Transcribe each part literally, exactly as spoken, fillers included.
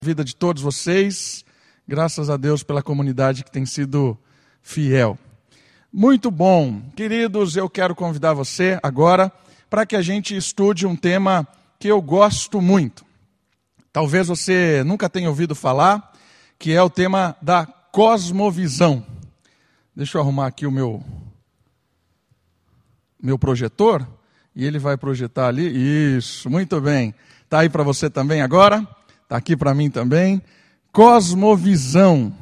Vida de todos vocês, graças a Deus pela comunidade que tem sido fiel. Muito bom, queridos, eu quero convidar você agora para que a gente estude um tema que eu gosto muito. Talvez você nunca tenha ouvido falar, que é o tema da cosmovisão. Deixa eu arrumar aqui o meu, meu projetor, e ele vai projetar ali. Isso, muito bem. Está aí para você também agora? Está aqui para mim também. Cosmovisão.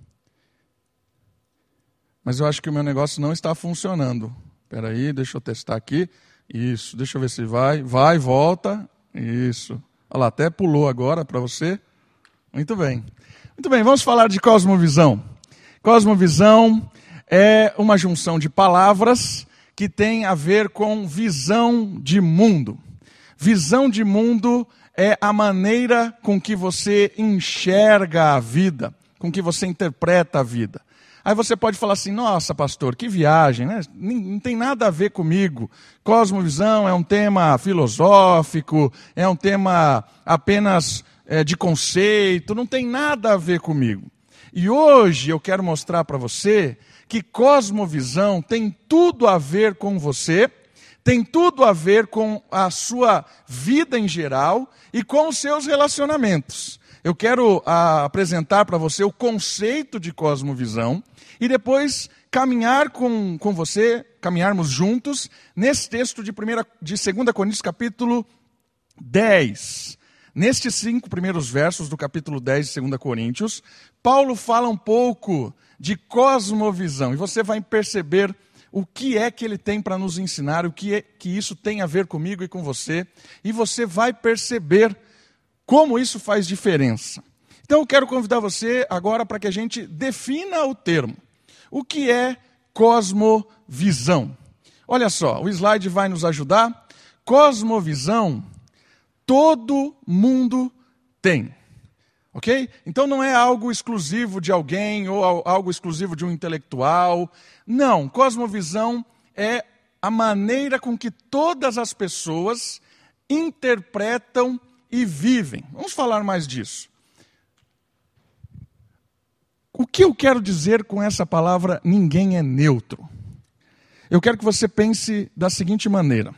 Mas eu acho que o meu negócio não está funcionando. Espera aí, deixa eu testar aqui. Isso, deixa eu ver se vai. Vai, volta. Isso. Olha lá, até pulou agora para você. Muito bem. Muito bem, vamos falar de cosmovisão. Cosmovisão é uma junção de palavras que tem a ver com visão de mundo. Visão de mundo é a maneira com que você enxerga a vida, com que você interpreta a vida. Aí você pode falar assim, nossa pastor, que viagem, né? Não tem nada a ver comigo. Cosmovisão é um tema filosófico, é um tema apenas é, de conceito, não tem nada a ver comigo. E hoje eu quero mostrar para você que cosmovisão tem tudo a ver com você, tem tudo a ver com a sua vida em geral e com os seus relacionamentos. Eu quero ah, apresentar para você o conceito de cosmovisão e depois caminhar com, com você, caminharmos juntos nesse texto de, primeira, de dois Coríntios capítulo dez. Nestes cinco primeiros versos do capítulo dez de dois Coríntios, Paulo fala um pouco de cosmovisão e você vai perceber o que é que ele tem para nos ensinar, o que é que isso tem a ver comigo e com você, e você vai perceber como isso faz diferença. Então eu quero convidar você agora para que a gente defina o termo. O que é cosmovisão? Olha só, o slide vai nos ajudar. Cosmovisão, todo mundo tem. Ok? Então não é algo exclusivo de alguém ou algo exclusivo de um intelectual. Não, cosmovisão é a maneira com que todas as pessoas interpretam e vivem. Vamos falar mais disso. O que eu quero dizer com essa palavra ninguém é neutro? Eu quero que você pense da seguinte maneira.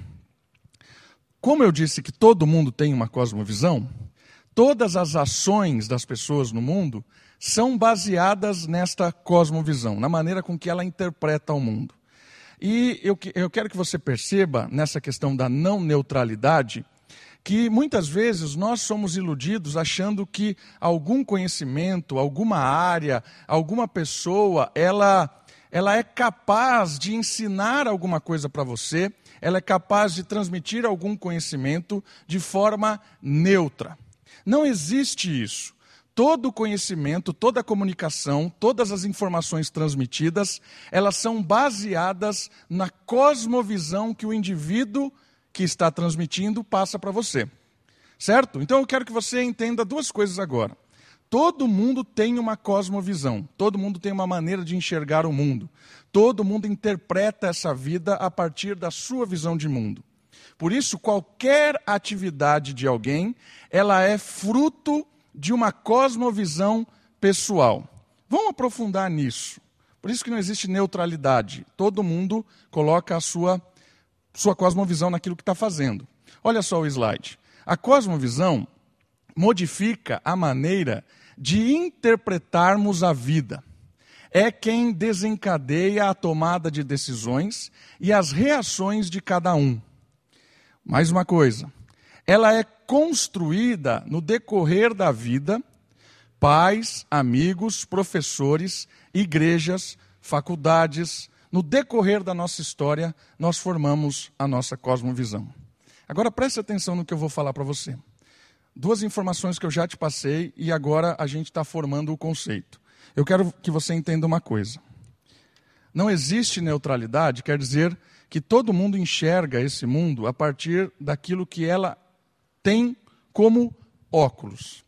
Como eu disse que todo mundo tem uma cosmovisão, todas as ações das pessoas no mundo são baseadas nesta cosmovisão, na maneira com que ela interpreta o mundo. E eu, eu quero que você perceba, nessa questão da não neutralidade, que muitas vezes nós somos iludidos achando que algum conhecimento, alguma área, alguma pessoa, ela, ela é capaz de ensinar alguma coisa para você, ela é capaz de transmitir algum conhecimento de forma neutra. Não existe isso. Todo conhecimento, toda comunicação, todas as informações transmitidas, elas são baseadas na cosmovisão que o indivíduo que está transmitindo passa para você. Certo? Então eu quero que você entenda duas coisas agora. Todo mundo tem uma cosmovisão, todo mundo tem uma maneira de enxergar o mundo. Todo mundo interpreta essa vida a partir da sua visão de mundo. Por isso, qualquer atividade de alguém, ela é fruto de uma cosmovisão pessoal. Vamos aprofundar nisso. Por isso que não existe neutralidade. Todo mundo coloca a sua, sua cosmovisão naquilo que está fazendo. Olha só o slide. A cosmovisão modifica a maneira de interpretarmos a vida. É quem desencadeia a tomada de decisões e as reações de cada um. Mais uma coisa, ela é construída no decorrer da vida, pais, amigos, professores, igrejas, faculdades, no decorrer da nossa história, nós formamos a nossa cosmovisão. Agora preste atenção no que eu vou falar para você. Duas informações que eu já te passei e agora a gente está formando o conceito. Eu quero que você entenda uma coisa. Não existe neutralidade, quer dizer que todo mundo enxerga esse mundo a partir daquilo que ela tem como óculos.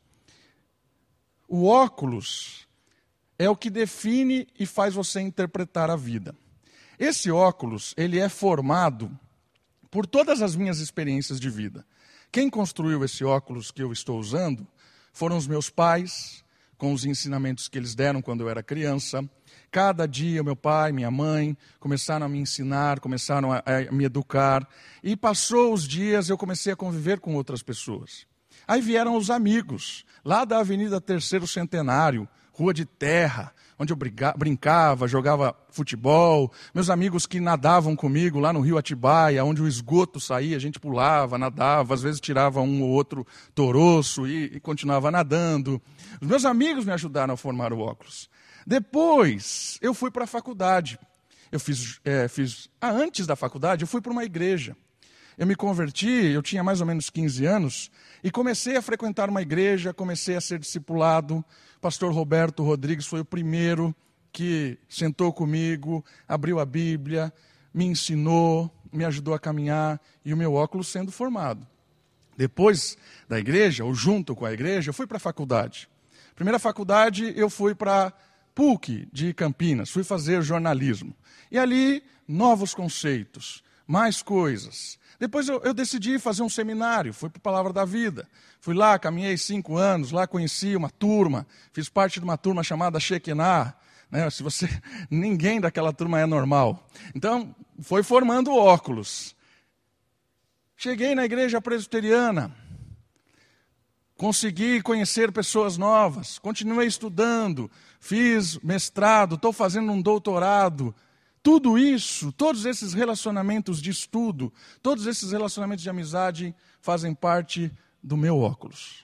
O óculos é o que define e faz você interpretar a vida. Esse óculos, ele é formado por todas as minhas experiências de vida. Quem construiu esse óculos que eu estou usando foram os meus pais, com os ensinamentos que eles deram quando eu era criança. Cada dia, meu pai, minha mãe começaram a me ensinar, começaram a, a me educar. E passou os dias, eu comecei a conviver com outras pessoas. Aí vieram os amigos, lá da Avenida Terceiro Centenário, rua de terra, onde eu briga, brincava, jogava futebol. Meus amigos que nadavam comigo lá no Rio Atibaia, onde o esgoto saía, a gente pulava, nadava, às vezes tirava um ou outro toroço e, e continuava nadando. Os meus amigos me ajudaram a formar o óculos. Depois, eu fui para a faculdade. Eu fiz, é, fiz ah, antes da faculdade, eu fui para uma igreja. Eu me converti, eu tinha mais ou menos quinze anos, e comecei a frequentar uma igreja, comecei a ser discipulado. O pastor Roberto Rodrigues foi o primeiro que sentou comigo, abriu a Bíblia, me ensinou, me ajudou a caminhar, e o meu óculos sendo formado. Depois da igreja, ou junto com a igreja, eu fui para a faculdade. Primeira faculdade, eu fui para P U C de Campinas, fui fazer jornalismo. E ali, novos conceitos, mais coisas. Depois eu, eu decidi fazer um seminário, fui para a Palavra da Vida. Fui lá, caminhei cinco anos, lá conheci uma turma, fiz parte de uma turma chamada Shekinah. Né? Se você, ninguém daquela turma é normal. Então, foi formando óculos. Cheguei na igreja presbiteriana, consegui conhecer pessoas novas, continuei estudando, fiz mestrado, estou fazendo um doutorado. Tudo isso, todos esses relacionamentos de estudo, todos esses relacionamentos de amizade fazem parte do meu óculos.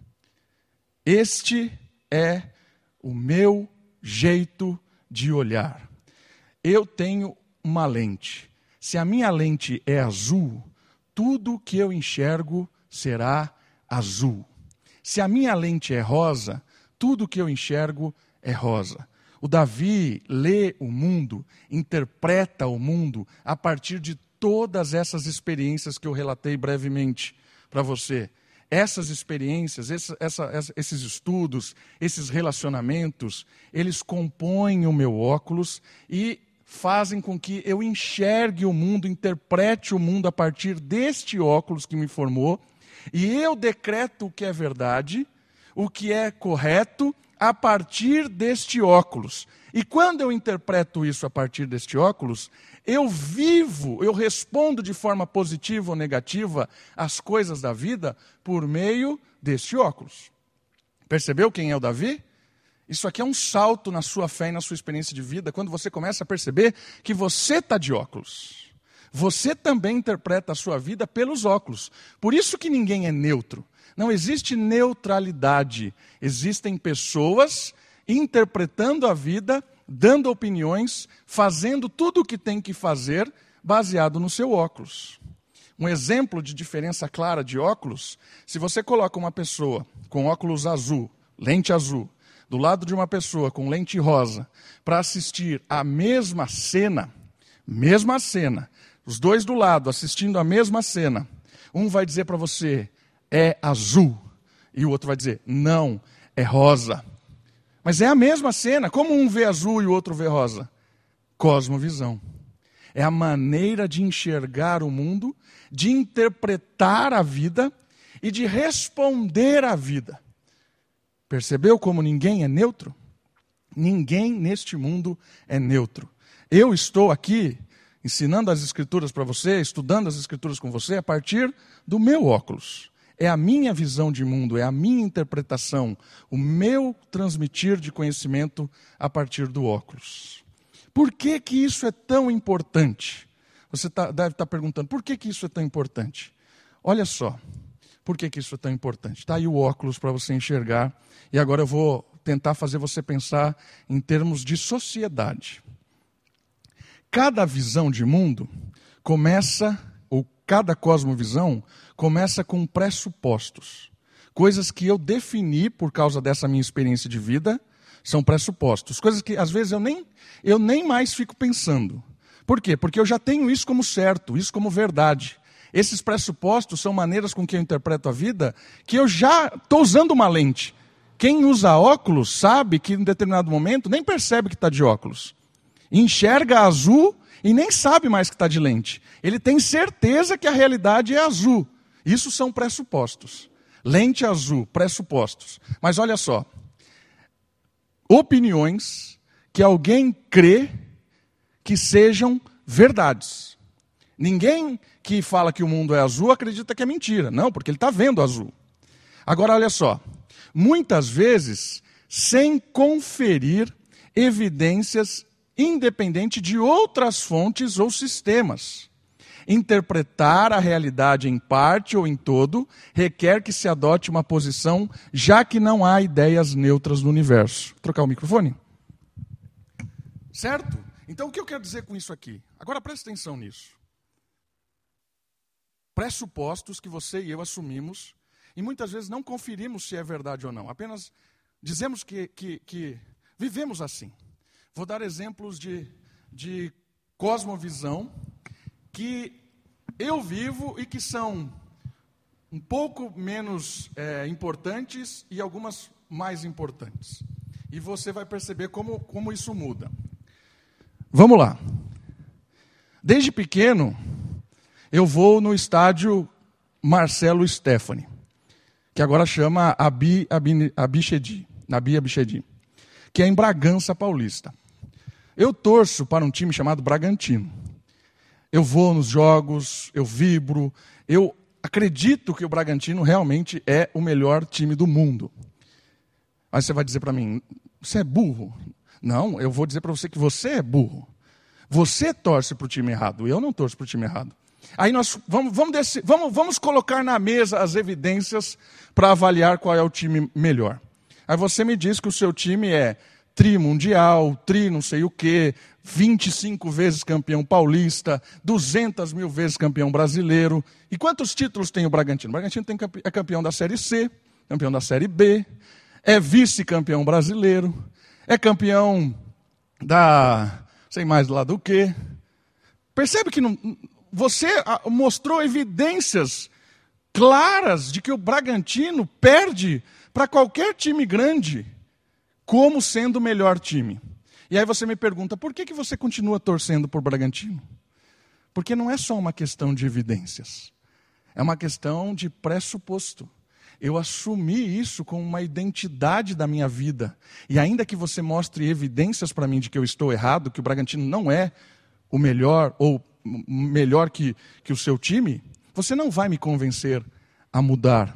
Este é o meu jeito de olhar. Eu tenho uma lente. Se a minha lente é azul, tudo que eu enxergo será azul. Se a minha lente é rosa, tudo que eu enxergo é rosa. O Davi lê o mundo, interpreta o mundo a partir de todas essas experiências que eu relatei brevemente para você. Essas experiências, essa, essa, esses estudos, esses relacionamentos, eles compõem o meu óculos e fazem com que eu enxergue o mundo, interprete o mundo a partir deste óculos que me formou, e eu decreto o que é verdade, o que é correto, a partir deste óculos. E quando eu interpreto isso a partir deste óculos, eu vivo, eu respondo de forma positiva ou negativa às coisas da vida por meio deste óculos. Percebeu quem é o Davi? Isso aqui é um salto na sua fé e na sua experiência de vida, quando você começa a perceber que você está de óculos. Você também interpreta a sua vida pelos óculos. Por isso que ninguém é neutro. Não existe neutralidade. Existem pessoas interpretando a vida, dando opiniões, fazendo tudo o que tem que fazer, baseado no seu óculos. Um exemplo de diferença clara de óculos, se você coloca uma pessoa com óculos azul, lente azul, do lado de uma pessoa com lente rosa, para assistir a mesma cena, mesma cena, os dois do lado assistindo a mesma cena, um vai dizer para você, é azul, e o outro vai dizer, não, é rosa. Mas é a mesma cena, como um vê azul e o outro vê rosa? Cosmovisão. É a maneira de enxergar o mundo, de interpretar a vida e de responder à vida. Percebeu como ninguém é neutro? Ninguém neste mundo é neutro. Eu estou aqui ensinando as Escrituras para você, estudando as Escrituras com você a partir do meu óculos. É a minha visão de mundo, é a minha interpretação, o meu transmitir de conhecimento a partir do óculos. Por que que isso é tão importante? Você tá, deve estar perguntando, por que que isso é tão importante? Olha só, por que que isso é tão importante? Está aí o óculos para você enxergar, e agora eu vou tentar fazer você pensar em termos de sociedade. Cada visão de mundo começa, ou cada cosmovisão, começa com pressupostos. Coisas que eu defini por causa dessa minha experiência de vida, são pressupostos. Coisas que às vezes eu nem, eu nem mais fico pensando. Por quê? Porque eu já tenho isso como certo, isso como verdade. Esses pressupostos são maneiras com que eu interpreto a vida, que eu já estou usando uma lente. Quem usa óculos sabe que em determinado momento nem percebe que está de óculos. Enxerga azul e nem sabe mais que está de lente. Ele tem certeza que a realidade é azul. Isso são pressupostos. Lente azul, pressupostos. Mas olha só, opiniões que alguém crê que sejam verdades. Ninguém que fala que o mundo é azul acredita que é mentira. Não, porque ele está vendo azul. Agora, olha só. Muitas vezes, sem conferir evidências independentes de outras fontes ou sistemas. Interpretar a realidade em parte ou em todo requer que se adote uma posição, já que não há ideias neutras no universo. Vou trocar o microfone? Certo? Então, o que eu quero dizer com isso aqui? Agora, presta atenção nisso. Pressupostos que você e eu assumimos, e muitas vezes não conferimos se é verdade ou não. Apenas dizemos que, que, que vivemos assim. Vou dar exemplos de, de cosmovisão que eu vivo e que são um pouco menos é, importantes e algumas mais importantes. E você vai perceber como, como isso muda. Vamos lá. Desde pequeno, eu vou no estádio Marcelo Stefani, que agora chama Abi Abichedi, Abi Abichedi, que é em Bragança Paulista. Eu torço para um time chamado Bragantino. Eu vou nos jogos, eu vibro, eu acredito que o Bragantino realmente é o melhor time do mundo. Aí você vai dizer para mim, você é burro? Não, eu vou dizer para você que você é burro. Você torce para o time errado, eu não torço para o time errado. Aí nós vamos, vamos, descer, vamos, vamos colocar na mesa as evidências para avaliar qual é o time melhor. Aí você me diz que o seu time é tri mundial, tri não sei o quê, vinte e cinco vezes campeão paulista, duzentas mil vezes campeão brasileiro. E quantos títulos tem o Bragantino? O Bragantino tem, é campeão da Série C, campeão da Série B, é vice-campeão brasileiro, é campeão da, sei mais lá do que. Percebe que não, você mostrou evidências claras de que o Bragantino perde para qualquer time grande como sendo o melhor time. E aí você me pergunta, por que, que você continua torcendo por Bragantino? Porque não é só uma questão de evidências. É uma questão de pressuposto. Eu assumi isso como uma identidade da minha vida. E ainda que você mostre evidências para mim de que eu estou errado, que o Bragantino não é o melhor, ou melhor que, que o seu time, você não vai me convencer a mudar.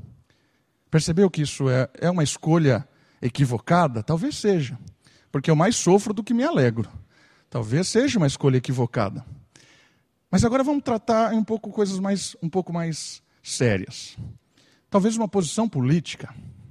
Percebeu que isso é, é uma escolha equivocada? Talvez seja. Porque eu mais sofro do que me alegro. Talvez seja uma escolha equivocada. Mas agora vamos tratar um pouco coisas mais, um pouco mais sérias. Talvez uma posição política.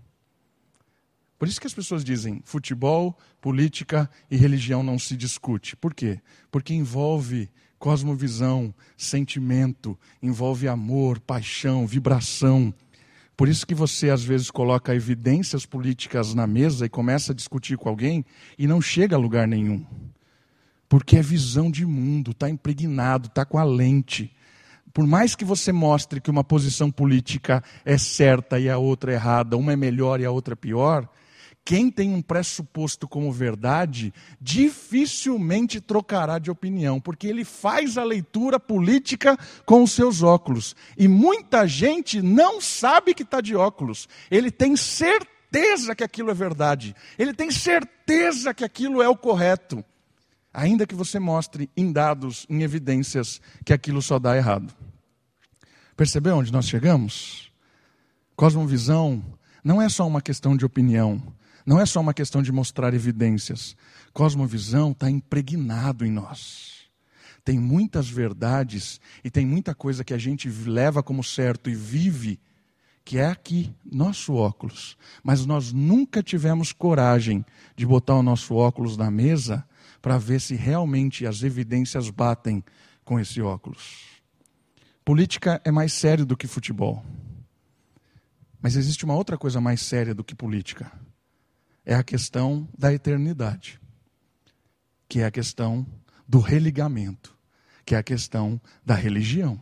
Por isso que as pessoas dizem, futebol, política e religião não se discute. Por quê? Porque envolve cosmovisão, sentimento, envolve amor, paixão, vibração. Por isso que você às vezes coloca evidências políticas na mesa e começa a discutir com alguém e não chega a lugar nenhum. Porque é visão de mundo, está impregnado, está com a lente. Por mais que você mostre que uma posição política é certa e a outra é errada, uma é melhor e a outra é pior, quem tem um pressuposto como verdade, dificilmente trocará de opinião, porque ele faz a leitura política com os seus óculos. E muita gente não sabe que está de óculos. Ele tem certeza que aquilo é verdade. Ele tem certeza que aquilo é o correto. Ainda que você mostre em dados, em evidências, que aquilo só dá errado. Percebeu onde nós chegamos? Cosmovisão não é só uma questão de opinião. Não é só uma questão de mostrar evidências. Cosmovisão está impregnado em nós. Tem muitas verdades e tem muita coisa que a gente leva como certo e vive, que é aqui, nosso óculos. Mas nós nunca tivemos coragem de botar o nosso óculos na mesa para ver se realmente as evidências batem com esse óculos. Política é mais sério do que futebol. Mas existe uma outra coisa mais séria do que política. É a questão da eternidade, que é a questão do religamento, que é a questão da religião.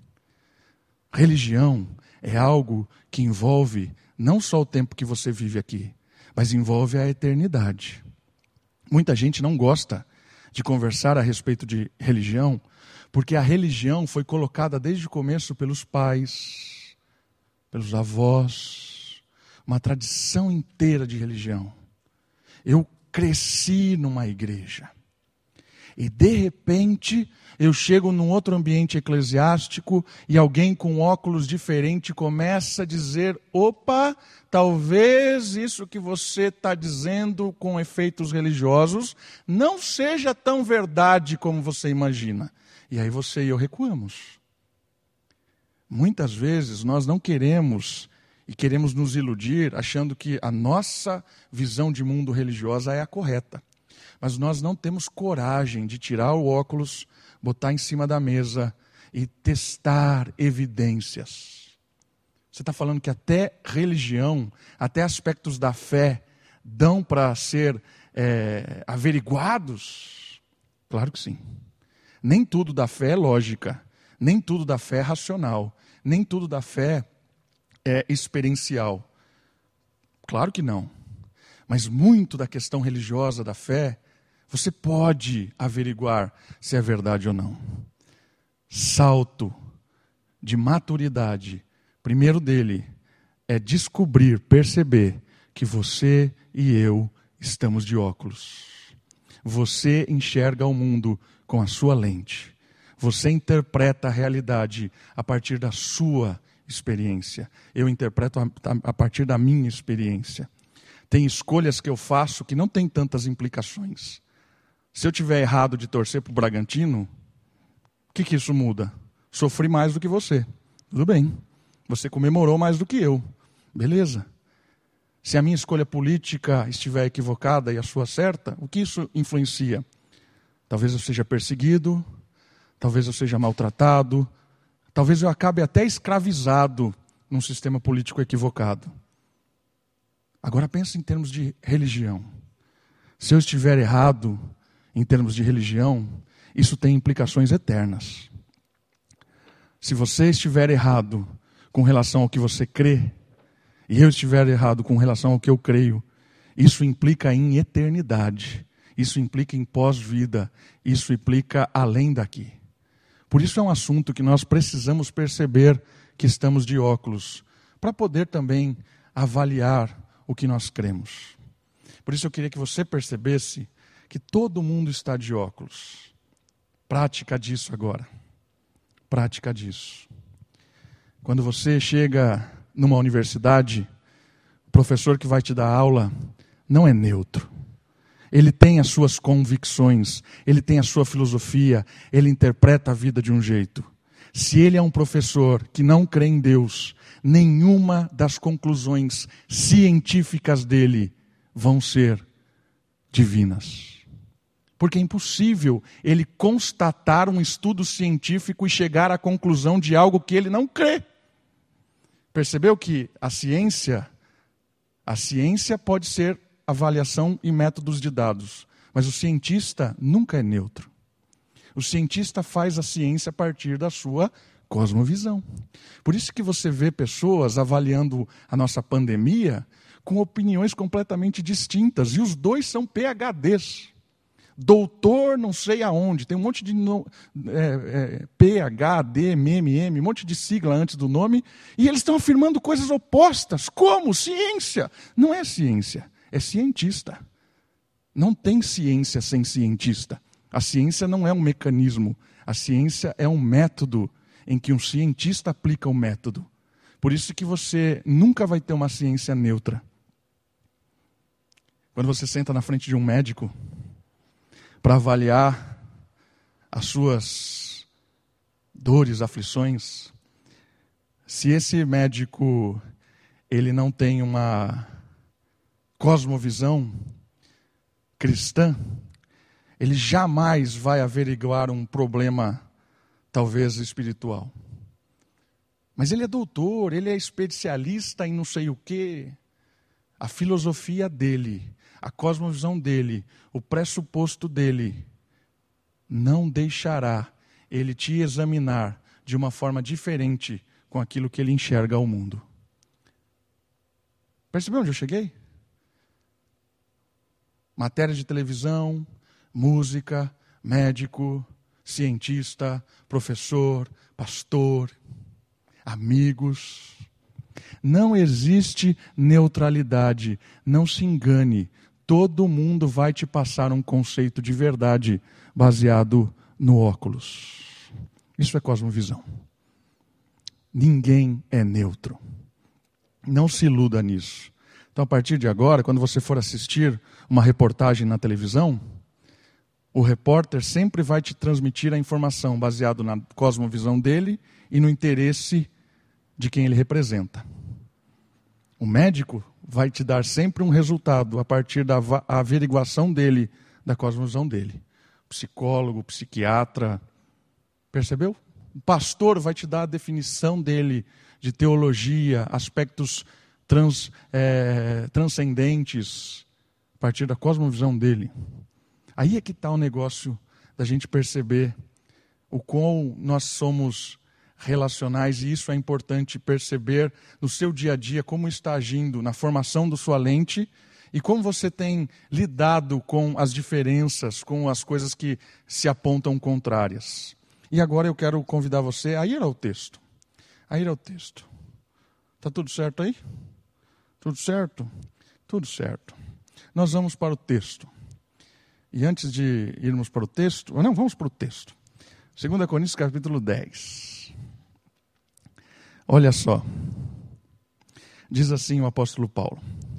Religião é algo que envolve não só o tempo que você vive aqui, mas envolve a eternidade. Muita gente não gosta de conversar a respeito de religião, porque a religião foi colocada desde o começo pelos pais, pelos avós, uma tradição inteira de religião. Eu cresci numa igreja. E de repente, eu chego num outro ambiente eclesiástico e alguém com óculos diferente começa a dizer: opa, talvez isso que você está dizendo com efeitos religiosos não seja tão verdade como você imagina. E aí você e eu recuamos. Muitas vezes nós não queremos e queremos nos iludir achando que a nossa visão de mundo religiosa é a correta. Mas nós não temos coragem de tirar o óculos, botar em cima da mesa e testar evidências. Você está falando que até religião, até aspectos da fé, dão para ser é, averiguados? Claro que sim. Nem tudo da fé é lógica, nem tudo da fé é racional, nem tudo da fé é experiencial. Claro que não. Mas muito da questão religiosa da fé, você pode averiguar se é verdade ou não. Salto de maturidade, primeiro dele, é descobrir, perceber que você e eu estamos de óculos. Você enxerga o mundo com a sua lente. Você interpreta a realidade a partir da sua experiência. Eu interpreto a, a partir da minha experiência. Tem escolhas que eu faço que não têm tantas implicações. Se eu tiver errado de torcer para o Bragantino, o que, que isso muda? Sofri mais do que você. Tudo bem. Você comemorou mais do que eu. Beleza. Se a minha escolha política estiver equivocada e a sua certa, o que isso influencia? Talvez eu seja perseguido, talvez eu seja maltratado, talvez eu acabe até escravizado num sistema político equivocado. Agora pense em termos de religião. Se eu estiver errado em termos de religião, isso tem implicações eternas. Se você estiver errado com relação ao que você crê, e eu estiver errado com relação ao que eu creio, isso implica em eternidade, isso implica em pós-vida, isso implica além daqui. Por isso é um assunto que nós precisamos perceber que estamos de óculos, para poder também avaliar o que nós cremos. Por isso eu queria que você percebesse que todo mundo está de óculos. Prática disso agora. Prática disso. Quando você chega numa universidade, o professor que vai te dar aula não é neutro. Ele tem as suas convicções, ele tem a sua filosofia, ele interpreta a vida de um jeito. Se ele é um professor que não crê em Deus, nenhuma das conclusões científicas dele vão ser divinas. Porque é impossível ele constatar um estudo científico e chegar à conclusão de algo que ele não crê. Percebeu que a ciência, a ciência pode ser avaliação e métodos de dados, mas o cientista nunca é neutro. O cientista faz a ciência a partir da sua cosmovisão. Por isso que você vê pessoas avaliando a nossa pandemia com opiniões completamente distintas, e os dois são P H Ds. Doutor não sei aonde, tem um monte de no, é, é, P H D, M M M, um monte de sigla antes do nome, e eles estão afirmando coisas opostas. Como? Ciência. Não é ciência, é cientista. Não tem ciência sem cientista. A ciência não é um mecanismo, a ciência é um método em que um cientista aplica o método. Por isso que você nunca vai ter uma ciência neutra. Quando você senta na frente de um médico para avaliar as suas dores, aflições, se esse médico ele não tem uma cosmovisão cristã, ele jamais vai averiguar um problema talvez espiritual. Mas ele é doutor, ele é especialista em não sei o quê. A filosofia dele, a cosmovisão dele, o pressuposto dele, não deixará ele te examinar de uma forma diferente com aquilo que ele enxerga ao mundo. Percebeu onde eu cheguei? Matéria de televisão, música, médico, cientista, professor, pastor, amigos. Não existe neutralidade. Não se engane. Todo mundo vai te passar um conceito de verdade baseado no óculos. Isso é cosmovisão. Ninguém é neutro. Não se iluda nisso. Então, a partir de agora, quando você for assistir uma reportagem na televisão, o repórter sempre vai te transmitir a informação baseado na cosmovisão dele e no interesse de quem ele representa. O médico vai te dar sempre um resultado a partir da averiguação dele, da cosmovisão dele. Psicólogo, psiquiatra, percebeu? O pastor vai te dar a definição dele de teologia, aspectos trans, é, transcendentes, a partir da cosmovisão dele. Aí é que está o negócio da gente perceber o quão nós somos relacionais, e isso é importante perceber no seu dia a dia, como está agindo na formação da sua lente e como você tem lidado com as diferenças, com as coisas que se apontam contrárias. E agora eu quero convidar você a ir ao texto. A ir ao texto. Está tudo certo aí? Tudo certo? Tudo certo. Nós vamos para o texto. E antes de irmos para o texto, não, vamos para o texto. Segunda Coríntios capítulo dez. Olha só. Diz assim o apóstolo Paulo.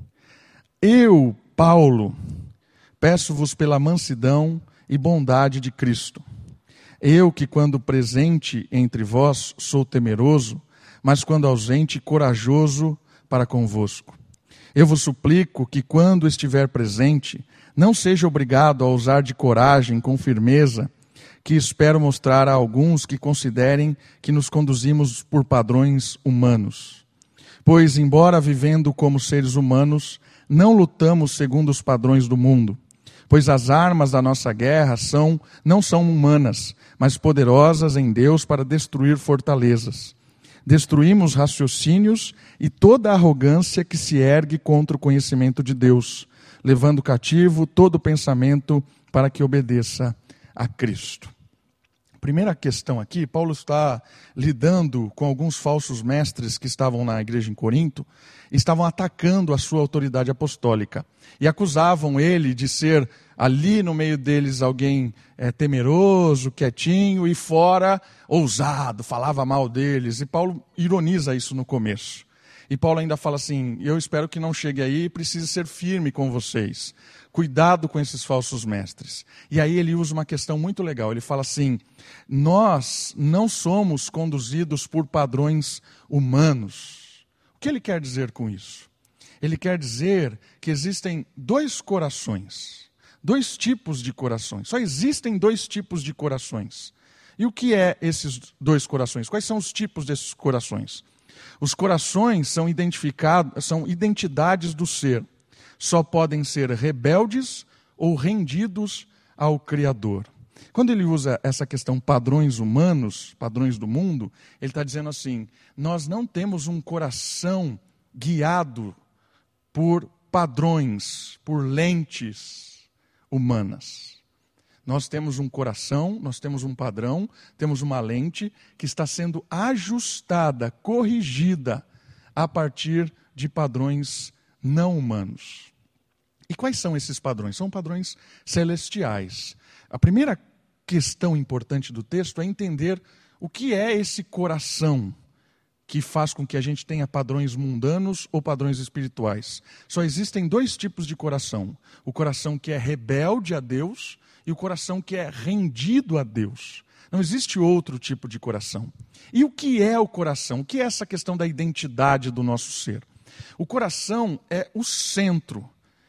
Eu, Paulo, peço-vos pela mansidão e bondade de Cristo. Eu que quando presente entre vós sou temeroso, mas quando ausente corajoso para convosco. Eu vos suplico que quando estiver presente, não seja obrigado a usar de coragem com firmeza, que espero mostrar a alguns que considerem que nos conduzimos por padrões humanos. Pois, embora vivendo como seres humanos, não lutamos segundo os padrões do mundo. Pois as armas da nossa guerra são, não são humanas, mas poderosas em Deus para destruir fortalezas. Destruímos raciocínios e toda a arrogância que se ergue contra o conhecimento de Deus, levando cativo todo pensamento para que obedeça a Cristo. Primeira questão aqui, Paulo está lidando com alguns falsos mestres que estavam na igreja em Corinto, estavam atacando a sua autoridade apostólica e acusavam ele de ser ali no meio deles alguém é, temeroso, quietinho e fora ousado, falava mal deles. E Paulo ironiza isso no começo. E Paulo ainda fala assim, eu espero que não chegue aí, precise ser firme com vocês. Cuidado com esses falsos mestres. E aí ele usa uma questão muito legal, ele fala assim, nós não somos conduzidos por padrões humanos. O que ele quer dizer com isso? Ele quer dizer que existem dois corações, dois tipos de corações. Só existem dois tipos de corações. E o que é esses dois corações? Quais são os tipos desses corações? Os corações são identificados, são identidades do ser. Só podem ser rebeldes ou rendidos ao Criador. Quando ele usa essa questão padrões humanos, padrões do mundo, ele está dizendo assim, nós não temos um coração guiado por padrões, por lentes humanas. Nós temos um coração, nós temos um padrão, temos uma lente que está sendo ajustada, corrigida a partir de padrões não humanos. E quais são esses padrões? São padrões celestiais. A primeira questão importante do texto é entender o que é esse coração que faz com que a gente tenha padrões mundanos ou padrões espirituais. Só existem dois tipos de coração. O coração que é rebelde a Deus e o coração que é rendido a Deus. Não existe outro tipo de coração. E o que é o coração? O que é essa questão da identidade do nosso ser? O coração é o centro.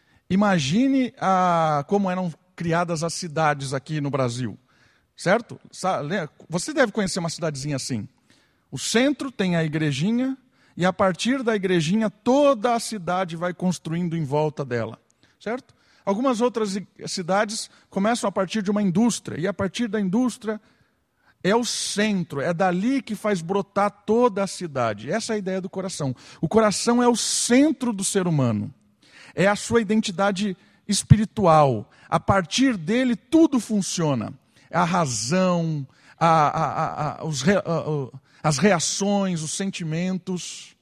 Imagine a, como eram criadas as cidades aqui no Brasil, certo? Você deve conhecer uma cidadezinha assim. O centro tem a igrejinha e a partir da igrejinha toda a cidade vai construindo em volta dela, certo? Algumas outras cidades começam a partir de uma indústria e a partir da indústria é o centro, é dali que faz brotar toda a cidade. Essa é a ideia do coração. O coração é o centro do ser humano. É a sua identidade espiritual. A partir dele tudo funciona. A razão, a, a, a, os, a, as reações, os sentimentos.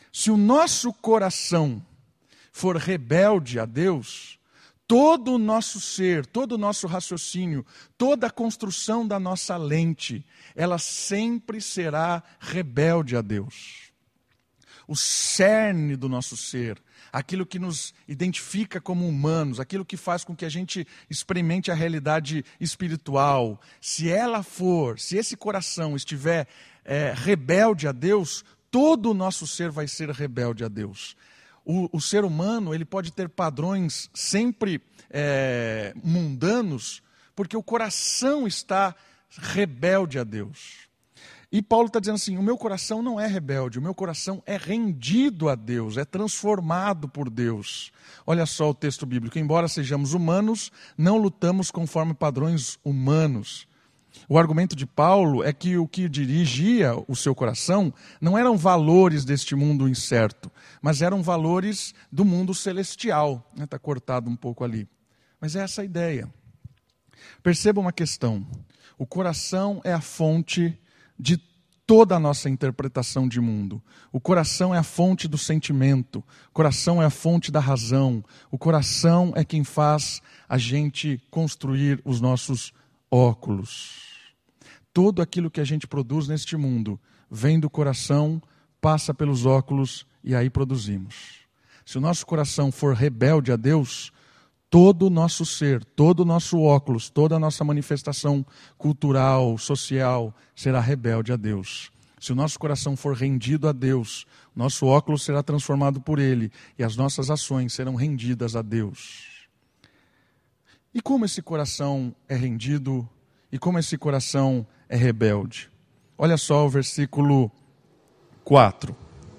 Se o nosso coração for rebelde a Deus, todo o nosso ser, todo o nosso raciocínio, toda a construção da nossa lente, ela sempre será rebelde a Deus. O cerne do nosso ser, aquilo que nos identifica como humanos, aquilo que faz com que a gente experimente a realidade espiritual, se ela for, se esse coração estiver é, rebelde a Deus, todo o nosso ser vai ser rebelde a Deus. O, o ser humano, ele pode ter padrões sempre é, mundanos, porque o coração está rebelde a Deus. E Paulo está dizendo assim, o meu coração não é rebelde, o meu coração é rendido a Deus, é transformado por Deus. Olha só o texto bíblico, embora sejamos humanos, não lutamos conforme padrões humanos. O argumento de Paulo é que o que dirigia o seu coração não eram valores deste mundo incerto, mas eram valores do mundo celestial. Está cortado um pouco ali. Mas é essa a ideia. Perceba uma questão. O coração é a fonte de toda a nossa interpretação de mundo. O coração é a fonte do sentimento. O coração é a fonte da razão. O coração é quem faz a gente construir os nossos óculos. Tudo aquilo que a gente produz neste mundo vem do coração, passa pelos óculos e aí produzimos. Se o nosso coração for rebelde a Deus, todo o nosso ser, todo o nosso óculos, toda a nossa manifestação cultural, social, será rebelde a Deus. Se o nosso coração for rendido a Deus, nosso óculos será transformado por Ele e as nossas ações serão rendidas a Deus. E como esse coração é rendido e como esse coração é rebelde? Olha só o versículo quatro.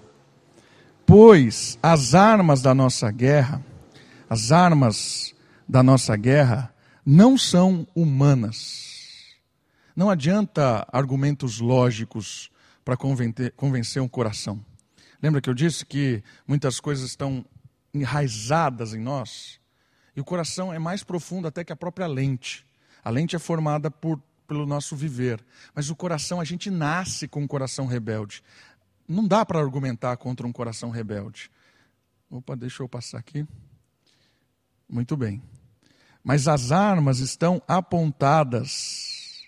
Pois as armas da nossa guerra, as armas da nossa guerra não são humanas. Não adianta argumentos lógicos para convencer um coração. Lembra que eu disse que muitas coisas estão enraizadas em nós? E o coração é mais profundo até que a própria lente. A lente é formada por, pelo nosso viver. Mas o coração, a gente nasce com um coração rebelde. Não dá para argumentar contra um coração rebelde. Opa, deixa eu passar aqui. Muito bem. Mas as armas estão apontadas.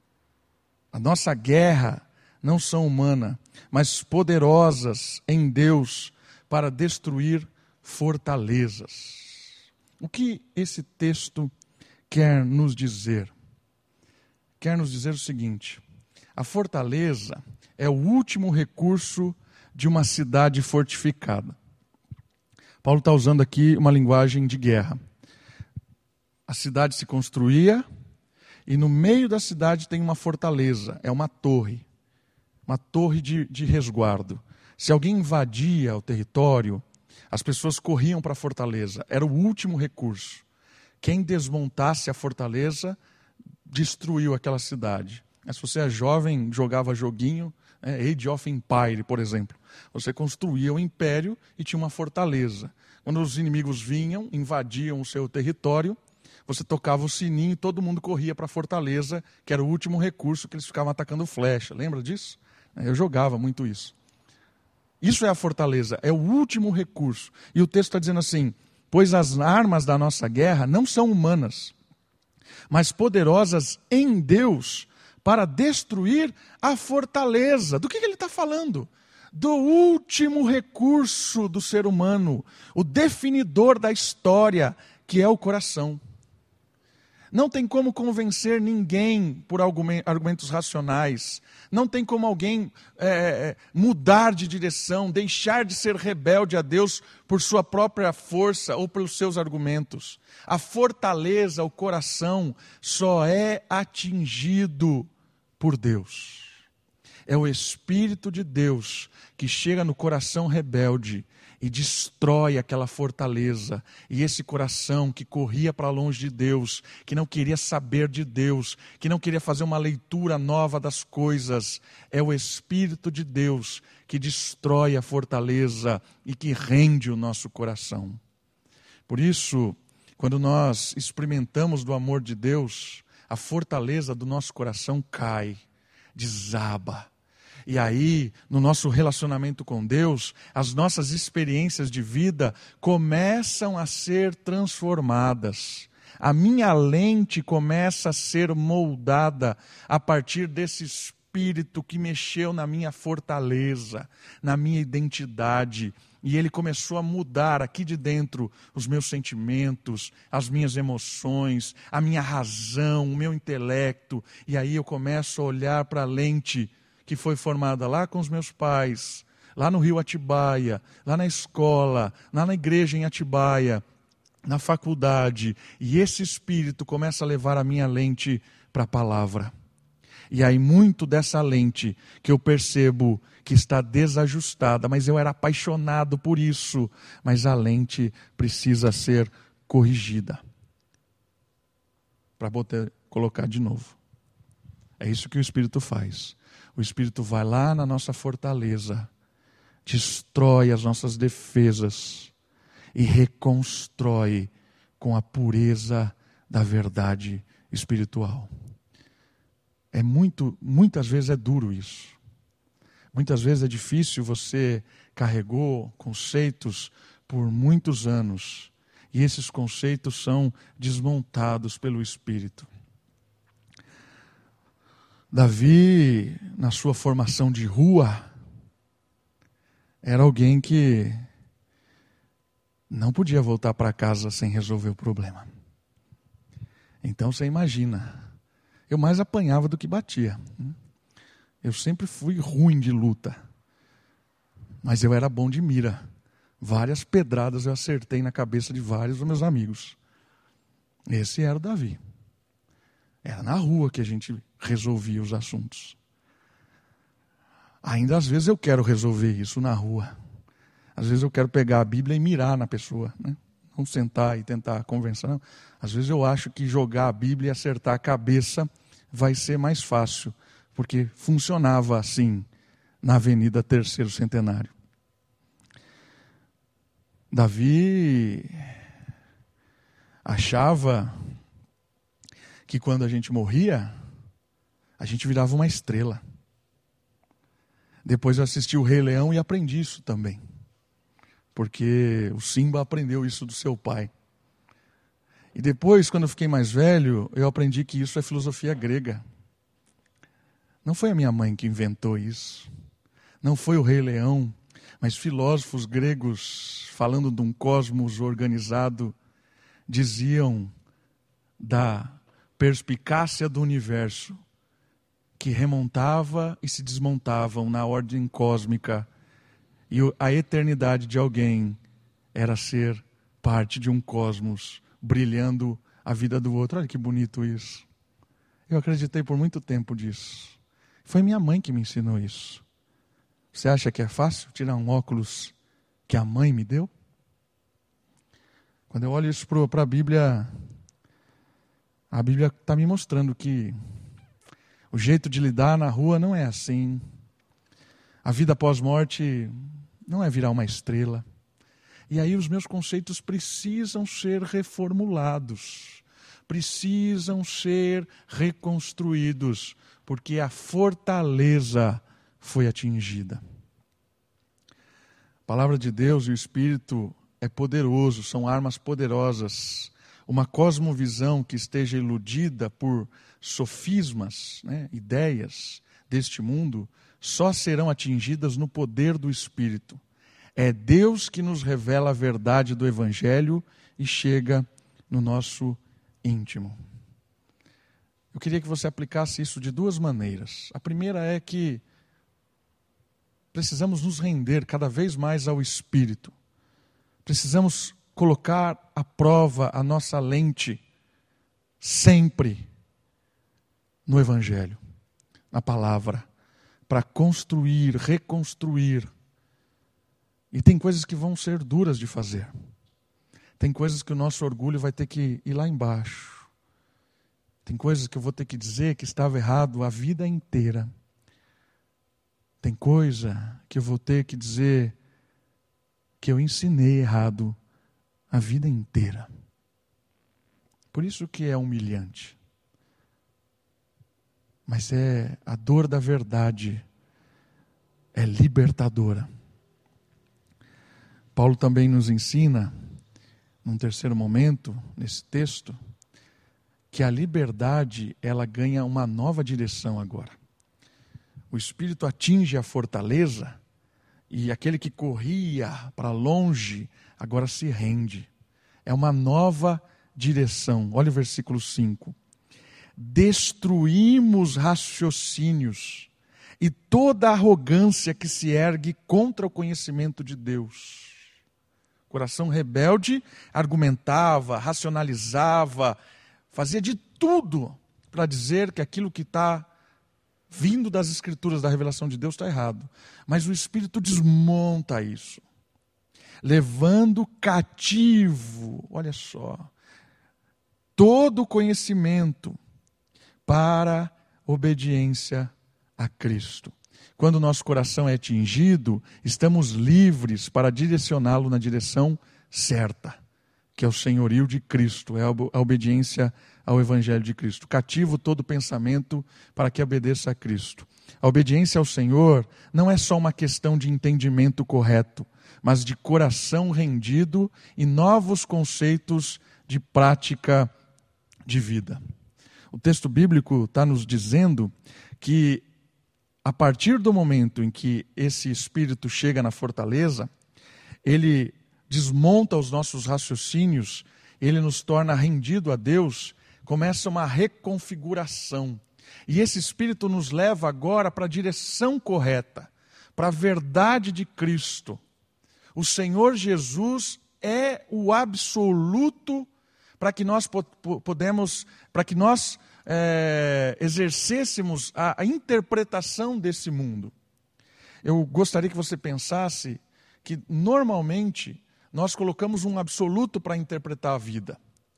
A nossa guerra não são humanas, mas poderosas em Deus para destruir fortalezas. O que esse texto quer nos dizer? Quer nos dizer o seguinte: a fortaleza é o último recurso de uma cidade fortificada. Paulo está usando aqui uma linguagem de guerra. A cidade se construía e no meio da cidade tem uma fortaleza, é uma torre, uma torre de, de resguardo. Se alguém invadia o território, as pessoas corriam para a fortaleza, era o último recurso. Quem desmontasse a fortaleza, destruiu aquela cidade. Se você é jovem, jogava joguinho, é, Age of Empire, por exemplo. Você construía um império e tinha uma fortaleza. Quando os inimigos vinham, invadiam o seu território, você tocava o sininho e todo mundo corria para a fortaleza, que era o último recurso, que eles ficavam atacando flecha. Lembra disso? Eu jogava muito isso. Isso é a fortaleza, é o último recurso. E o texto está dizendo assim: pois as armas da nossa guerra não são humanas, mas poderosas em Deus para destruir a fortaleza. Do que, que ele está falando? Do último recurso do ser humano, o definidor da história, que é o coração. Não tem como convencer ninguém por argumentos racionais. Não tem como alguém é, mudar de direção, deixar de ser rebelde a Deus por sua própria força ou pelos seus argumentos. A fortaleza, o coração, só é atingido por Deus. É o Espírito de Deus que chega no coração rebelde e destrói aquela fortaleza. E esse coração que corria para longe de Deus, que não queria saber de Deus, que não queria fazer uma leitura nova das coisas, é o Espírito de Deus que destrói a fortaleza e que rende o nosso coração. Por isso, quando nós experimentamos do amor de Deus, a fortaleza do nosso coração cai, desaba. E aí, no nosso relacionamento com Deus, as nossas experiências de vida começam a ser transformadas. A minha lente começa a ser moldada a partir desse Espírito que mexeu na minha fortaleza, na minha identidade. E ele começou a mudar aqui de dentro os meus sentimentos, as minhas emoções, a minha razão, o meu intelecto. E aí eu começo a olhar para a lente que foi formada lá com os meus pais, lá no Rio Atibaia, lá na escola, lá na igreja em Atibaia, na faculdade. E esse Espírito começa a levar a minha lente para a palavra. E aí muito dessa lente que eu percebo que está desajustada, mas eu era apaixonado por isso, mas a lente precisa ser corrigida. Para botar, colocar de novo. É isso que o Espírito faz. O Espírito vai lá na nossa fortaleza, destrói as nossas defesas e reconstrói com a pureza da verdade espiritual. É muito, muitas vezes é duro isso. Muitas vezes é difícil, você carregou conceitos por muitos anos e esses conceitos são desmontados pelo Espírito. Davi, na sua formação de rua, era alguém que não podia voltar para casa sem resolver o problema. Então você imagina, eu mais apanhava do que batia. Eu sempre fui ruim de luta, mas eu era bom de mira. Várias pedradas eu acertei na cabeça de vários dos meus amigos. Esse era o Davi. Era na rua que a gente resolvia os assuntos. Ainda às vezes eu quero resolver isso na rua. Às vezes eu quero pegar a Bíblia e mirar na pessoa, né? Não sentar e tentar conversar, não. Às vezes eu acho que jogar a Bíblia e acertar a cabeça vai ser mais fácil, porque funcionava assim na Avenida Terceiro Centenário. Davi achava que quando a gente morria, a gente virava uma estrela. Depois eu assisti o Rei Leão e aprendi isso também. Porque o Simba aprendeu isso do seu pai. E depois, quando eu fiquei mais velho, eu aprendi que isso é filosofia grega. Não foi a minha mãe que inventou isso. Não foi o Rei Leão, mas filósofos gregos, falando de um cosmos organizado, diziam da perspicácia do universo, que remontava e se desmontavam na ordem cósmica. E a eternidade de alguém era ser parte de um cosmos, brilhando a vida do outro. Olha que bonito isso. Eu acreditei por muito tempo disso. Foi minha mãe que me ensinou isso. Você acha que é fácil tirar um óculos que a mãe me deu? Quando eu olho isso para a Bíblia, a Bíblia está me mostrando que o jeito de lidar na rua não é assim. A vida pós-morte não é virar uma estrela. E aí os meus conceitos precisam ser reformulados, precisam ser reconstruídos, porque a fortaleza foi atingida. A palavra de Deus e o Espírito é poderoso, são armas poderosas. Uma cosmovisão que esteja iludida por sofismas, né, ideias deste mundo, só serão atingidas no poder do Espírito. É Deus que nos revela a verdade do Evangelho e chega no nosso íntimo. Eu queria que você aplicasse isso de duas maneiras. A primeira é que precisamos nos render cada vez mais ao Espírito. Precisamos colocar à prova a nossa lente sempre no Evangelho, na palavra, para construir, reconstruir. E tem coisas que vão ser duras de fazer. Tem coisas que o nosso orgulho vai ter que ir lá embaixo. Tem coisas que eu vou ter que dizer que estava errado a vida inteira. Tem coisa que eu vou ter que dizer que eu ensinei errado a vida inteira. Por isso que é humilhante. Mas é a dor da verdade, é libertadora. Paulo também nos ensina, num terceiro momento, nesse texto, que a liberdade, ela ganha uma nova direção agora. O Espírito atinge a fortaleza e aquele que corria para longe, agora se rende. É uma nova direção. Olha o versículo cinco. Destruímos raciocínios e toda arrogância que se ergue contra o conhecimento de Deus. O coração rebelde argumentava, racionalizava, fazia de tudo para dizer que aquilo que está vindo das Escrituras, da revelação de Deus, está errado. Mas o Espírito desmonta isso, levando cativo, olha só, todo o conhecimento para obediência a Cristo. Quando o nosso coração é atingido, estamos livres para direcioná-lo na direção certa, que é o senhorio de Cristo, é a obediência ao Evangelho de Cristo. Cativo todo pensamento para que obedeça a Cristo. A obediência ao Senhor não é só uma questão de entendimento correto, mas de coração rendido e novos conceitos de prática de vida. O texto bíblico está nos dizendo que a partir do momento em que esse Espírito chega na fortaleza, ele desmonta os nossos raciocínios, ele nos torna rendido a Deus, começa uma reconfiguração. E esse Espírito nos leva agora para a direção correta, para a verdade de Cristo. O Senhor Jesus é o absoluto para que nós podemos, para que nós é, exercêssemos a, a interpretação desse mundo. Eu gostaria que você pensasse que normalmente nós colocamos um absoluto para interpretar a vida.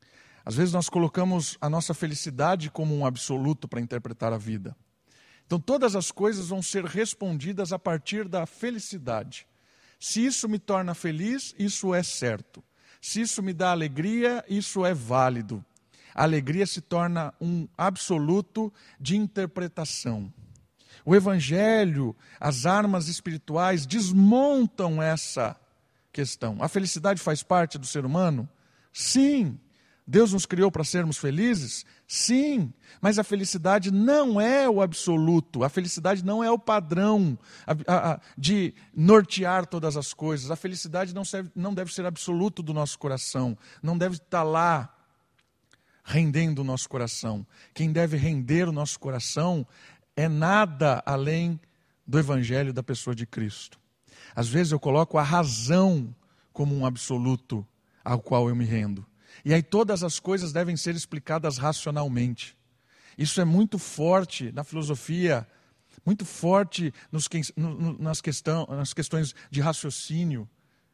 Às vezes nós colocamos a nossa felicidade como um absoluto para interpretar a vida. Então todas as coisas vão ser respondidas a partir da felicidade. Se isso me torna feliz, isso é certo. Se isso me dá alegria, isso é válido. A alegria se torna um absoluto de interpretação. O Evangelho, as armas espirituais desmontam essa questão. A felicidade faz parte do ser humano? Sim. Deus nos criou para sermos felizes? Sim. Mas a felicidade não é o absoluto. A felicidade não é o padrão a, a, de nortear todas as coisas. A felicidade não, serve, não deve ser absoluto do nosso coração. Não deve estar lá rendendo o nosso coração. Quem deve render o nosso coração é nada além do Evangelho da pessoa de Cristo. Às vezes eu coloco a razão como um absoluto ao qual eu me rendo. E aí todas as coisas devem ser explicadas racionalmente. Isso é muito forte na filosofia, muito forte nos, no, nas, questão, nas questões de raciocínio.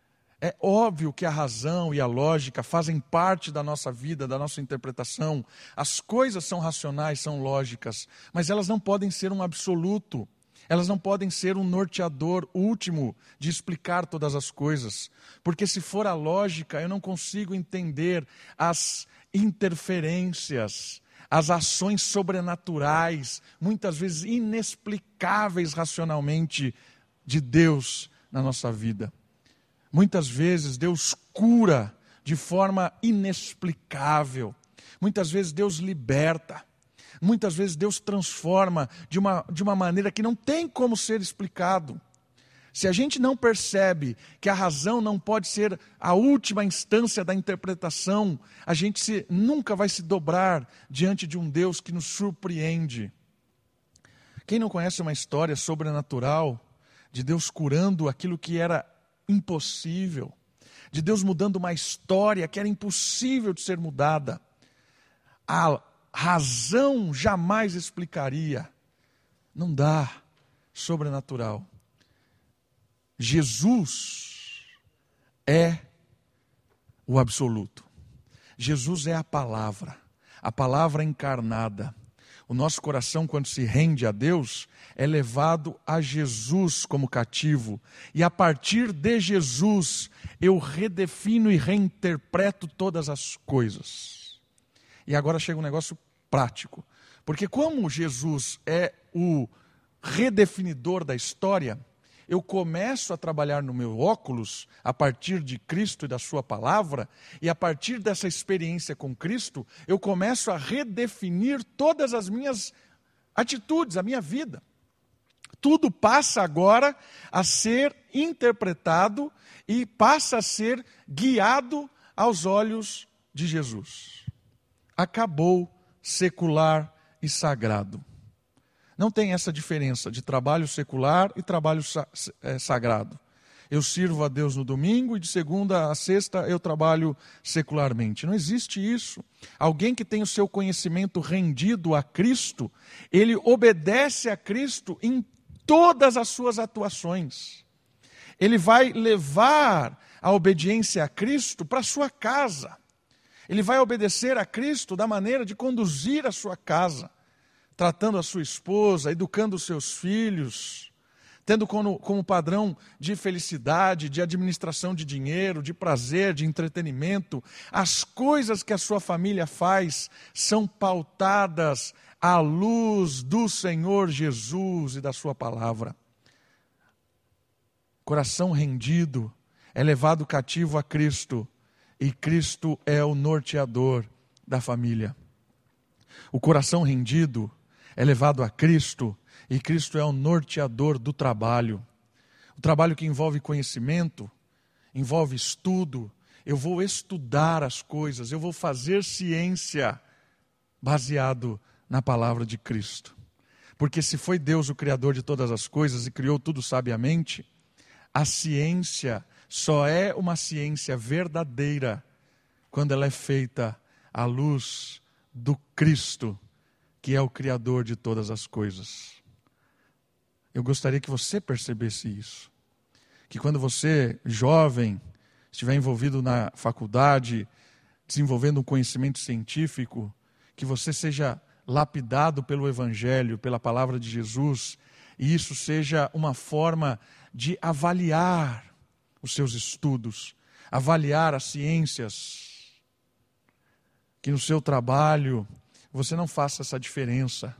É óbvio que a razão e a lógica fazem parte da nossa vida, da nossa interpretação. As coisas são racionais, são lógicas, mas elas não podem ser um absoluto. Elas não podem ser um norteador último de explicar todas as coisas. Porque se for a lógica, eu não consigo entender as interferências, as ações sobrenaturais, muitas vezes inexplicáveis racionalmente, de Deus na nossa vida. Muitas vezes Deus cura de forma inexplicável. Muitas vezes Deus liberta. Muitas vezes Deus transforma de uma, de uma maneira que não tem como ser explicado. Se a gente não percebe que a razão não pode ser a última instância da interpretação, a gente se, nunca vai se dobrar diante de um Deus que nos surpreende. Quem não conhece uma história sobrenatural de Deus curando aquilo que era impossível, de Deus mudando uma história que era impossível de ser mudada? A razão jamais explicaria. Não dá. Sobrenatural. Jesus é o absoluto. Jesus é a palavra, a palavra encarnada. O nosso coração, quando se rende a Deus, é levado a Jesus como cativo. E a partir de Jesus, eu redefino e reinterpreto todas as coisas. E agora chega um negócio prático. Porque como Jesus é o redefinidor da história, eu começo a trabalhar no meu óculos, a partir de Cristo e da sua palavra, e a partir dessa experiência com Cristo, eu começo a redefinir todas as minhas atitudes, a minha vida. Tudo passa agora a ser interpretado e passa a ser guiado aos olhos de Jesus. Acabou secular e sagrado. Não tem essa diferença de trabalho secular e trabalho sa- é, sagrado. Eu sirvo a Deus no domingo e de segunda a sexta eu trabalho secularmente. Não existe isso. Alguém que tem o seu conhecimento rendido a Cristo, ele obedece a Cristo em todas as suas atuações. Ele vai levar a obediência a Cristo para a sua casa. Ele vai obedecer a Cristo da maneira de conduzir a sua casa, tratando a sua esposa, educando os seus filhos, tendo como, como padrão de felicidade, de administração de dinheiro, de prazer, de entretenimento. As coisas que a sua família faz são pautadas à luz do Senhor Jesus e da sua palavra. Coração rendido é levado cativo a Cristo, e Cristo é o norteador da família. O coração rendido é levado a Cristo, e Cristo é o norteador do trabalho. O trabalho que envolve conhecimento, envolve estudo. Eu vou estudar as coisas, eu vou fazer ciência baseado na palavra de Cristo. Porque se foi Deus o Criador de todas as coisas e criou tudo sabiamente, a ciência só é uma ciência verdadeira quando ela é feita à luz do Cristo, que é o Criador de todas as coisas. Eu gostaria que você percebesse isso. Que quando você, jovem, estiver envolvido na faculdade, desenvolvendo um conhecimento científico, que você seja lapidado pelo Evangelho, pela palavra de Jesus, e isso seja uma forma de avaliar os seus estudos, avaliar as ciências, que no seu trabalho você não faça essa diferença.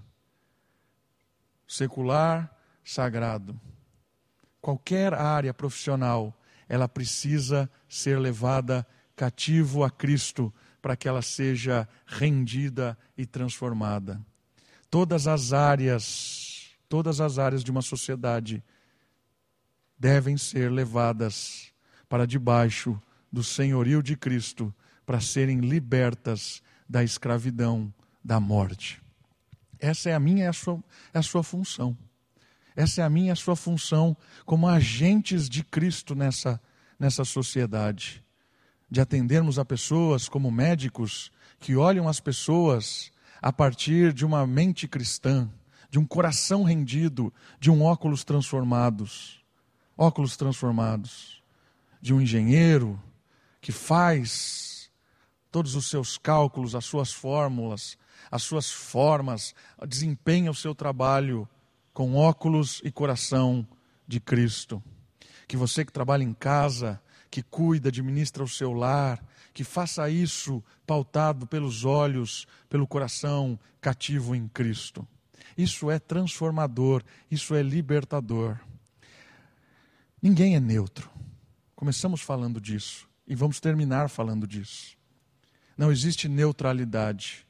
Secular, sagrado. Qualquer área profissional, ela precisa ser levada cativo a Cristo, para que ela seja rendida e transformada. Todas as áreas, todas as áreas de uma sociedade devem ser levadas para debaixo do senhorio de Cristo, para serem libertas da escravidão, da morte. Essa é a minha e a sua, é a sua função. Essa é a minha e a sua função como agentes de Cristo nessa, nessa sociedade. De atendermos a pessoas como médicos que olham as pessoas a partir de uma mente cristã, de um coração rendido, de um óculos transformados. Óculos transformados. De um engenheiro que faz todos os seus cálculos, as suas fórmulas, as suas formas, desempenha o seu trabalho com óculos e coração de Cristo. Que você que trabalha em casa, que cuida, administra o seu lar, que faça isso pautado pelos olhos, pelo coração cativo em Cristo. Isso é transformador, isso é libertador. Ninguém é neutro. Começamos falando disso e vamos terminar falando disso. Não existe neutralidade.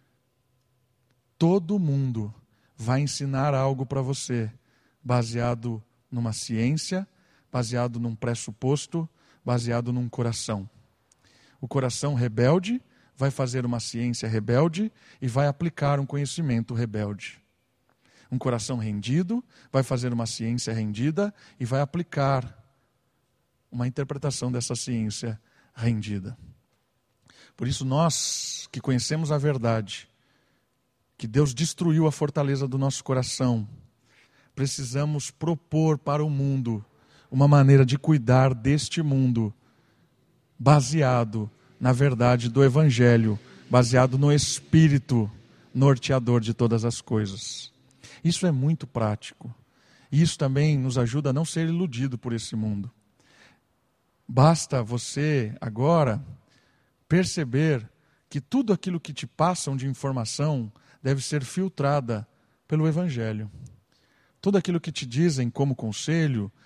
Todo mundo vai ensinar algo para você, baseado numa ciência, baseado num pressuposto, baseado num coração. O coração rebelde vai fazer uma ciência rebelde e vai aplicar um conhecimento rebelde. Um coração rendido vai fazer uma ciência rendida e vai aplicar uma interpretação dessa ciência rendida. Por isso nós que conhecemos a verdade, que Deus destruiu a fortaleza do nosso coração, precisamos propor para o mundo uma maneira de cuidar deste mundo baseado na verdade do Evangelho, baseado no Espírito norteador de todas as coisas. Isso é muito prático. E isso também nos ajuda a não ser iludido por esse mundo. Basta você agora perceber que tudo aquilo que te passam de informação deve ser filtrada pelo Evangelho. Tudo aquilo que te dizem como conselho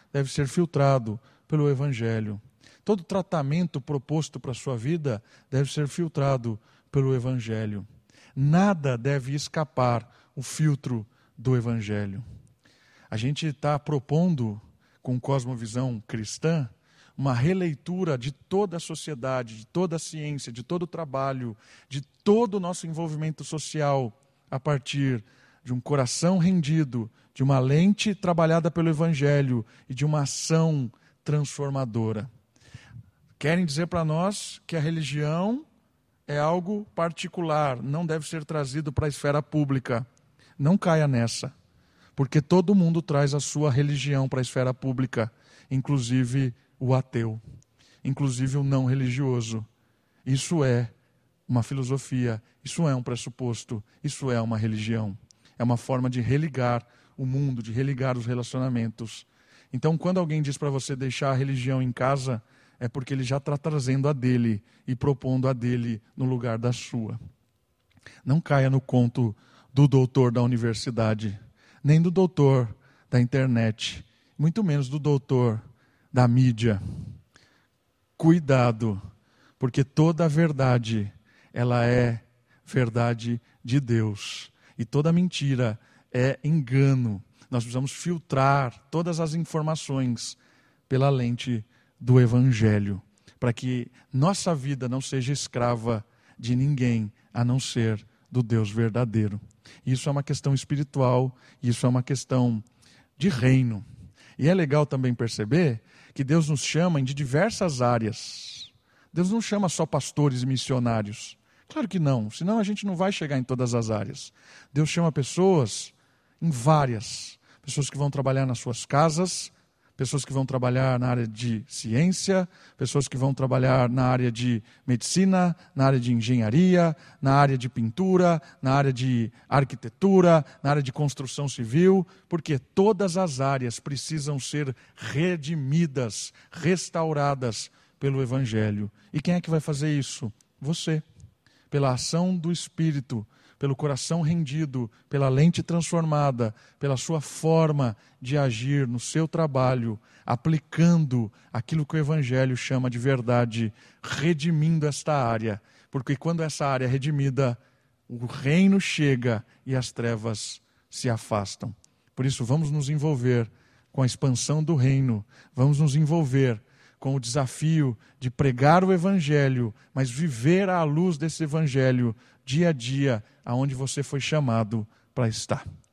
deve ser filtrado pelo Evangelho. Todo tratamento proposto para a sua vida deve ser filtrado pelo Evangelho. Nada deve escapar o filtro do Evangelho. A gente está propondo, com cosmovisão cristã, uma releitura de toda a sociedade, de toda a ciência, de todo o trabalho, de todo o nosso envolvimento social, a partir de um coração rendido, de uma lente trabalhada pelo Evangelho e de uma ação transformadora. Querem dizer para nós que a religião é algo particular, não deve ser trazido para a esfera pública. Não caia nessa, porque todo mundo traz a sua religião para a esfera pública, inclusive o ateu, inclusive o não religioso. Isso é uma filosofia, isso é um pressuposto, isso é uma religião. É uma forma de religar o mundo, de religar os relacionamentos. Então, quando alguém diz para você deixar a religião em casa, é porque ele já está trazendo a dele e propondo a dele no lugar da sua. Não caia no conto do doutor da universidade, nem do doutor da internet, muito menos do doutor da mídia. Cuidado, porque toda a verdade, ela é verdade de Deus. E toda mentira é engano. Nós precisamos filtrar todas as informações pela lente do Evangelho, para que nossa vida não seja escrava de ninguém, a não ser do Deus verdadeiro. Isso é uma questão espiritual, isso é uma questão de reino. E é legal também perceber que Deus nos chama de diversas áreas. Deus não chama só pastores e missionários. Claro que não, senão a gente não vai chegar em todas as áreas. Deus chama pessoas em várias. Pessoas que vão trabalhar nas suas casas, pessoas que vão trabalhar na área de ciência, pessoas que vão trabalhar na área de medicina, na área de engenharia, na área de pintura, na área de arquitetura, na área de construção civil, porque todas as áreas precisam ser redimidas, restauradas pelo Evangelho. E quem é que vai fazer isso? Você. Pela ação do Espírito, pelo coração rendido, pela lente transformada, pela sua forma de agir no seu trabalho, aplicando aquilo que o Evangelho chama de verdade, redimindo esta área. Porque quando essa área é redimida, o reino chega e as trevas se afastam. Por isso, vamos nos envolver com a expansão do reino, vamos nos envolver com o desafio de pregar o Evangelho, mas viver à luz desse Evangelho dia a dia, aonde você foi chamado para estar.